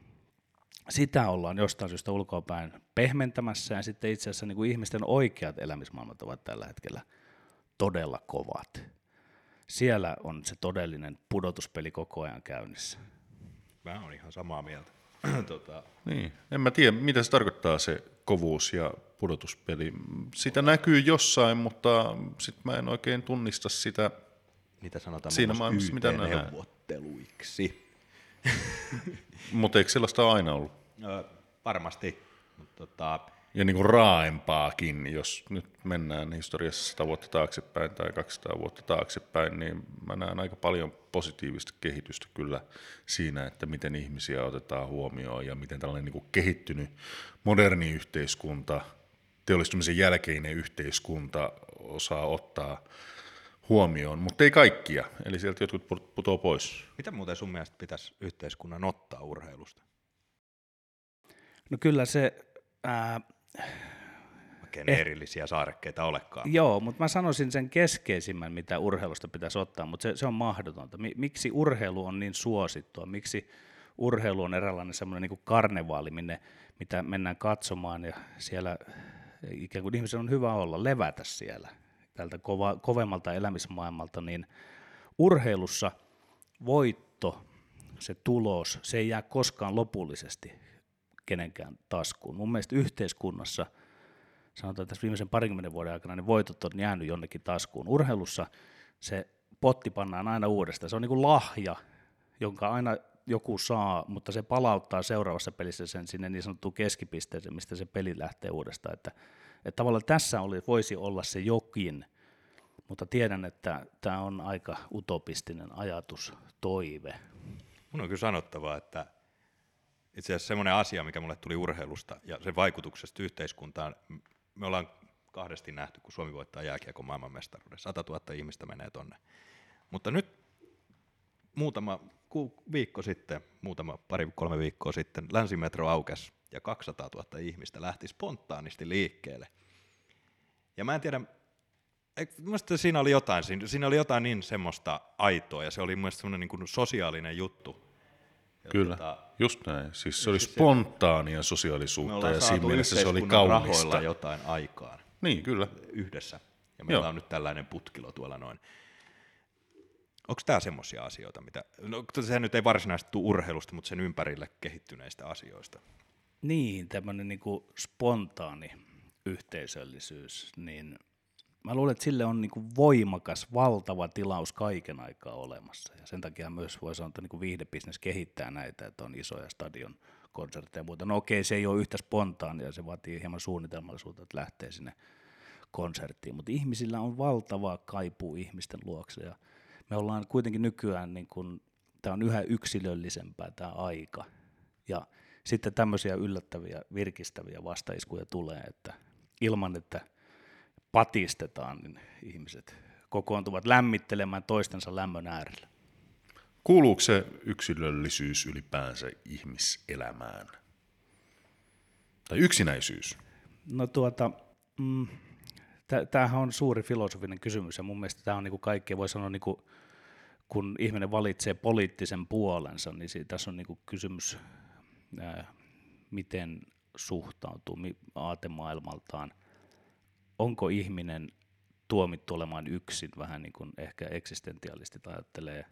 Sitä ollaan jostain syystä ulkoapäin pehmentämässä, ja sitten itse asiassa niin kuin ihmisten oikeat elämismaailmat ovat tällä hetkellä todella kovat. Siellä on se todellinen pudotuspeli koko ajan käynnissä. Mä oon ihan samaa mieltä. tota. Niin, en mä tiedä, mitä se tarkoittaa se kovuus ja pudotuspeli. Sitä näkyy jossain, mutta sit mä en oikein tunnista sitä Niitä sanotaan siinä maailmassa, mitä nähdään. neuvotteluiksi. Mutta eikö sellaista ole aina ollut? Öö, varmasti, mutta tota, ja niin kuin raaempaakin, jos nyt mennään historiassa sata vuotta taaksepäin tai kaksisataa vuotta taaksepäin, niin mä näen aika paljon positiivista kehitystä kyllä siinä, että miten ihmisiä otetaan huomioon ja miten tällainen niin kuin kehittynyt moderni yhteiskunta, teollistumisen jälkeinen yhteiskunta osaa ottaa huomioon, mutta ei kaikkia, eli sieltä jotkut putoaa pois. Mitä muuten sun mielestä pitäisi yhteiskunnan ottaa urheilusta? No kyllä se... Ää, Oikein eh, erillisiä saarekkeita olekaan. Joo, mutta mä sanoisin sen keskeisimmän, mitä urheilusta pitäisi ottaa, mutta se, se on mahdotonta. Miksi urheilu on niin suosittua? Miksi urheilu on eräänlainen semmoinen niin kuin karnevaali, minne, mitä mennään katsomaan ja siellä ikään kuin ihmisen on hyvä olla, levätä siellä tältä kova, kovemmalta elämismaailmalta, niin urheilussa voitto, se tulos, se ei jää koskaan lopullisesti kenenkään taskuun. Mun mielestä yhteiskunnassa, sanotaan tässä viimeisen parinkymmenen vuoden aikana, niin voitot on jäänyt jonnekin taskuun. Urheilussa se potti pannaan aina uudestaan. Se on niin kuin lahja, jonka aina joku saa, mutta se palauttaa seuraavassa pelissä sen sinne niin sanottuun keskipisteeseen, mistä se peli lähtee uudestaan. Että, että tavallaan tässä oli, voisi olla se jokin, mutta tiedän, että tämä on aika utopistinen ajatus, toive. Mun on kyllä sanottava, että itse asiassa semmoinen asia, mikä mulle tuli urheilusta ja sen vaikutuksesta yhteiskuntaan, me ollaan kahdesti nähty, kun Suomi voittaa jääkiekon maailmanmestaruuden. satatuhatta ihmistä menee tonne. Mutta nyt muutama ku, viikko sitten, muutama pari kolme viikkoa sitten, Länsimetro aukesi ja kaksisataatuhatta ihmistä lähti spontaanisti liikkeelle. Ja mä en tiedä, mielestäni siinä oli jotain, siinä oli jotain niin semmoista aitoa ja se oli mielestäni semmoinen niin kuin sosiaalinen juttu. Kyllä, tota, just näin. Siis se oli spontaania sosiaalisuutta ja siinä mielessä se oli kaunista. Rahoilla jotain aikaan. Niin, kyllä. Yhdessä. Ja meillä Joo. on nyt tällainen putkilo tuolla noin. Onko tämä semmoisia asioita, mitä, no se nyt ei varsinaisesti tule urheilusta, mutta sen ympärille kehittyneistä asioista? Niin, tämmöinen niin kuin spontaani yhteisöllisyys, niin mä luulen, että sille on niin kuin voimakas, valtava tilaus kaiken aikaa olemassa. Ja sen takia myös voi sanoa, että niin kuin viihdebisnes kehittää näitä, että on isoja stadion konsertteja ja muuta. No okei, se ei ole yhtä spontaania, se vaatii hieman suunnitelmallisuutta, että lähtee sinne konserttiin. Mutta ihmisillä on valtava kaipuu ihmisten luokse. Ja me ollaan kuitenkin nykyään, niin kuin, tämä on yhä yksilöllisempää tämä aika. Ja sitten tämmöisiä yllättäviä, virkistäviä vastaiskuja tulee, että ilman, että patistetaan, niin ihmiset kokoontuvat lämmittelemään toistensa lämmön äärellä. Kuuluuko se yksilöllisyys ylipäänsä ihmiselämään? Tai yksinäisyys? No tuota, mm, tämähän on suuri filosofinen kysymys ja mun mielestä tämä on niin kuin kaikkea, voi sanoa, niin kuin, kun ihminen valitsee poliittisen puolensa, niin siitä, tässä on niin kuin kysymys, ää, miten suhtautuu aatemaailmaltaan. Onko ihminen tuomittu olemaan yksin, vähän niin kuin ehkä eksistentialistit ajattelee.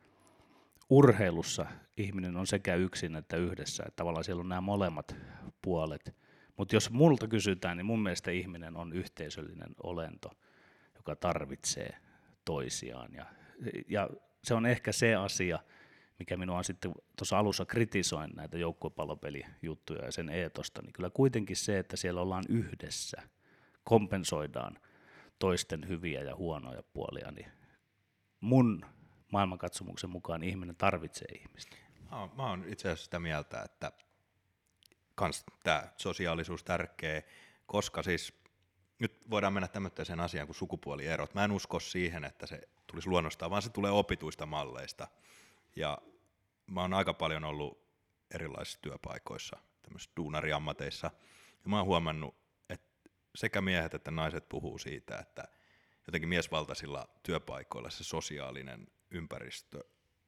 Urheilussa ihminen on sekä yksin että yhdessä, että tavallaan siellä on nämä molemmat puolet. Mutta jos multa kysytään, niin mun mielestä ihminen on yhteisöllinen olento, joka tarvitsee toisiaan. Ja, ja se on ehkä se asia, mikä minua on sitten tuossa alussa kritisoin näitä joukkuepallopelijuttuja ja sen eetosta, niin kyllä kuitenkin se, että siellä ollaan yhdessä, kompensoidaan toisten hyviä ja huonoja puolia, niin mun maailmankatsomuksen mukaan ihminen tarvitsee ihmistä. Mä, mä oon itse asiassa sitä mieltä, että kans tämä sosiaalisuus tärkeä, koska siis nyt voidaan mennä tämmöiseen asiaan kuin sukupuolierot. Mä en usko siihen, että se tulisi luonnostaan, vaan se tulee opituista malleista. Ja mä oon aika paljon ollut erilaisissa työpaikoissa, tämmöisissä duunariammateissa, ja mä oon huomannut, että sekä miehet että naiset puhuu siitä, että jotenkin miesvaltaisilla työpaikoilla se sosiaalinen ympäristö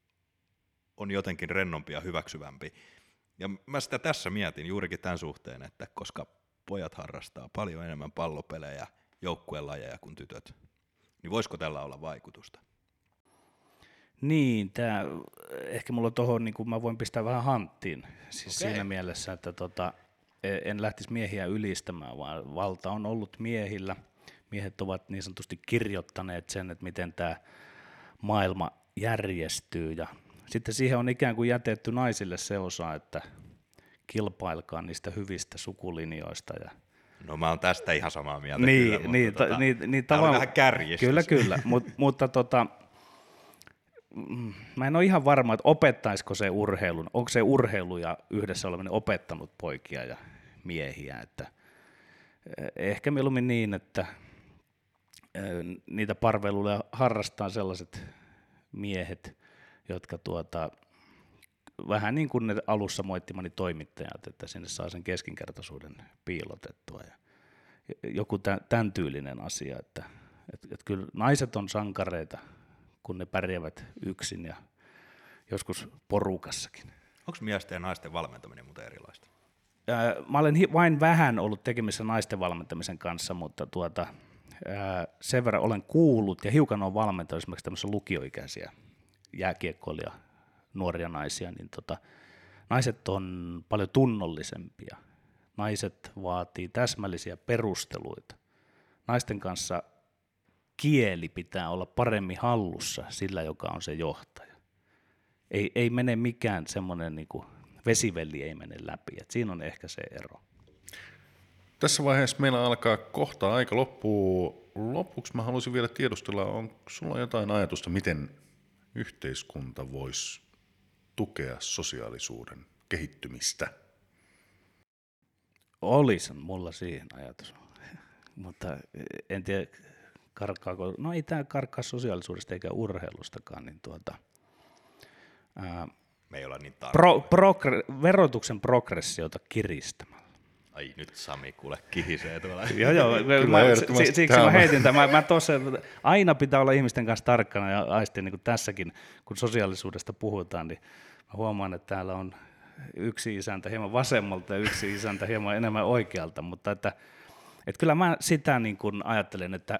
on jotenkin rennompi ja hyväksyvämpi. Ja mä sitä tässä mietin juurikin tämän suhteen, että koska pojat harrastaa paljon enemmän pallopelejä, joukkuelajeja kuin tytöt, niin voisiko tällä olla vaikutusta? Niin, tää, ehkä mulla tuohon, niin mä voin pistää vähän hanttiin, siis Okei. siinä mielessä, että tota, en lähtisi miehiä ylistämään, vaan valta on ollut miehillä. Miehet ovat niin sanotusti kirjoittaneet sen, että miten tämä maailma järjestyy, ja sitten siihen on ikään kuin jätetty naisille se osa, että kilpailkaa niistä hyvistä sukulinjoista, ja No mä oon tästä ihan samaa mieltä niin, kyllä, mutta niin, tota, ta, niin, niin, tää oli tavallaan- vähän kärjistys. Kyllä, kyllä, Mut, mutta tota, mm, mä en ole ihan varma, että opettaisiko se urheilun, onko se urheilu ja yhdessä oleminen opettanut poikia ja miehiä, että eh, ehkä mieluummin niin, että eh, niitä parveiluja harrastaa sellaiset miehet, jotka tuota, vähän niin kuin ne alussa moittimani toimittajat, että sinne saa sen keskinkertaisuuden piilotettua ja joku tämän tyylinen asia, että, että, että kyllä naiset on sankareita, kun ne pärjäävät yksin ja joskus porukassakin. Onko miesten ja naisten valmentaminen muuten erilaista? Ää, mä olen hi- vain vähän ollut tekemissä naisten valmentamisen kanssa, mutta tuota, ää, sen verran olen kuullut ja hiukan olen valmentanut esimerkiksi tämmöisiä lukioikäisiä jääkiekkoilija nuoria naisia, niin tota, naiset on paljon tunnollisempia. Naiset vaatii täsmällisiä perusteluita. Naisten kanssa kieli pitää olla paremmin hallussa sillä, joka on se johtaja. Ei, ei mene mikään semmoinen niin kuin vesivelli ei mene läpi. Et siinä on ehkä se ero. Tässä vaiheessa meillä alkaa kohta aika loppuu. Lopuksi mä haluaisin vielä tiedustella, onko sulla jotain ajatusta, miten yhteiskunta voisi tukea sosiaalisuuden kehittymistä? Olisi mulla siihen ajatus, mutta en tiedä karkkaako, no ei tämä karkkaa sosiaalisuudesta eikä urheilustakaan, niin tuota, ää, Me ei olla niin pro, tarkkoja. progre, verotuksen progressiota kiristämällä. Ai nyt Sami kuule kihisee tuolla. Joo, joo, Kyllä, mä, ehdottomasti si- siksi tämä mä on- heitin tämän. Mä tossa, aina pitää olla ihmisten kanssa tarkkana ja aistia, niin kuin tässäkin, kun sosiaalisuudesta puhutaan, niin mä huomaan, että täällä on yksi isäntä hieman vasemmalta ja yksi isäntä hieman enemmän oikealta, mutta että, että kyllä mä sitä niin kuin ajattelen, että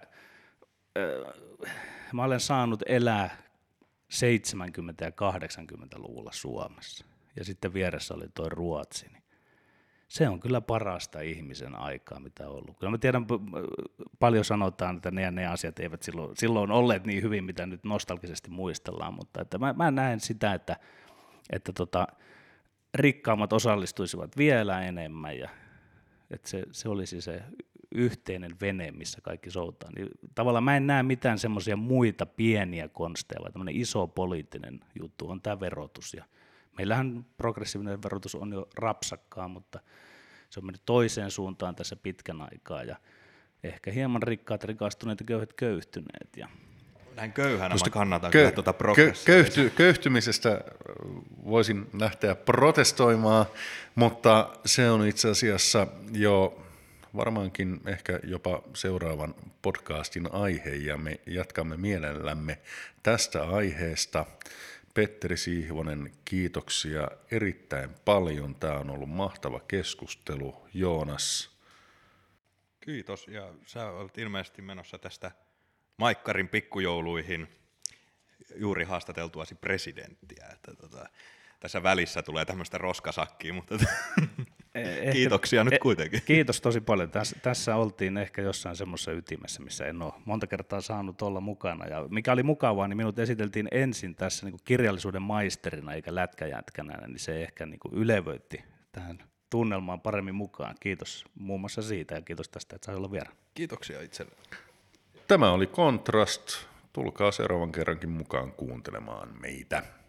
äh, mä olen saanut elää seitsemänkymmentä- ja kahdeksankymmentäluvulla Suomessa ja sitten vieressä oli toi Ruotsi, niin se on kyllä parasta ihmisen aikaa, mitä on ollut. Kyllä mä tiedän, paljon sanotaan, että ne ja ne asiat eivät silloin, silloin olleet niin hyvin, mitä nyt nostalgisesti muistellaan, mutta että mä, mä näen sitä, että, että tota, rikkaammat osallistuisivat vielä enemmän ja että se, se olisi se yhteinen vene, missä kaikki soutaa. Niin tavallaan mä en näe mitään semmoisia muita pieniä konsteja, vaan tämmöinen iso poliittinen juttu on tämä verotus. Ja meillähän progressiivinen verotus on jo rapsakkaa, mutta se on mennyt toiseen suuntaan tässä pitkän aikaa ja ehkä hieman rikkaat rikastuneet ja köyhät köyhtyneet. Ja Näin köyhänä mä kannatan Kö- kyllä tuota kö- progressiivista. köyhty- köyhtymisestä voisin lähteä protestoimaan, mutta se on itse asiassa jo varmaankin ehkä jopa seuraavan podcastin aihe, ja me jatkamme mielellämme tästä aiheesta. Petteri Sihvonen, kiitoksia erittäin paljon. Tämä on ollut mahtava keskustelu. Joonas. Kiitos, ja sä olet ilmeisesti menossa tästä Maikkarin pikkujouluihin juuri haastateltuasi presidenttiä, että tota, tässä välissä tulee tämmöistä roskasakkia, mutta Ehkä, kiitoksia nyt e- kuitenkin. Kiitos tosi paljon. Tässä, tässä oltiin ehkä jossain semmoisessa ytimessä, missä en ole monta kertaa saanut olla mukana. Ja mikä oli mukavaa, niin minut esiteltiin ensin tässä niin kuin kirjallisuuden maisterina eikä lätkäjätkänä, niin se ehkä niin kuin ylevöitti tähän tunnelmaan paremmin mukaan. Kiitos muun muassa siitä ja kiitos tästä, että sai olla vieraan. Kiitoksia itselle. Tämä oli Kontrast. Tulkaa seuraavan kerrankin mukaan kuuntelemaan meitä.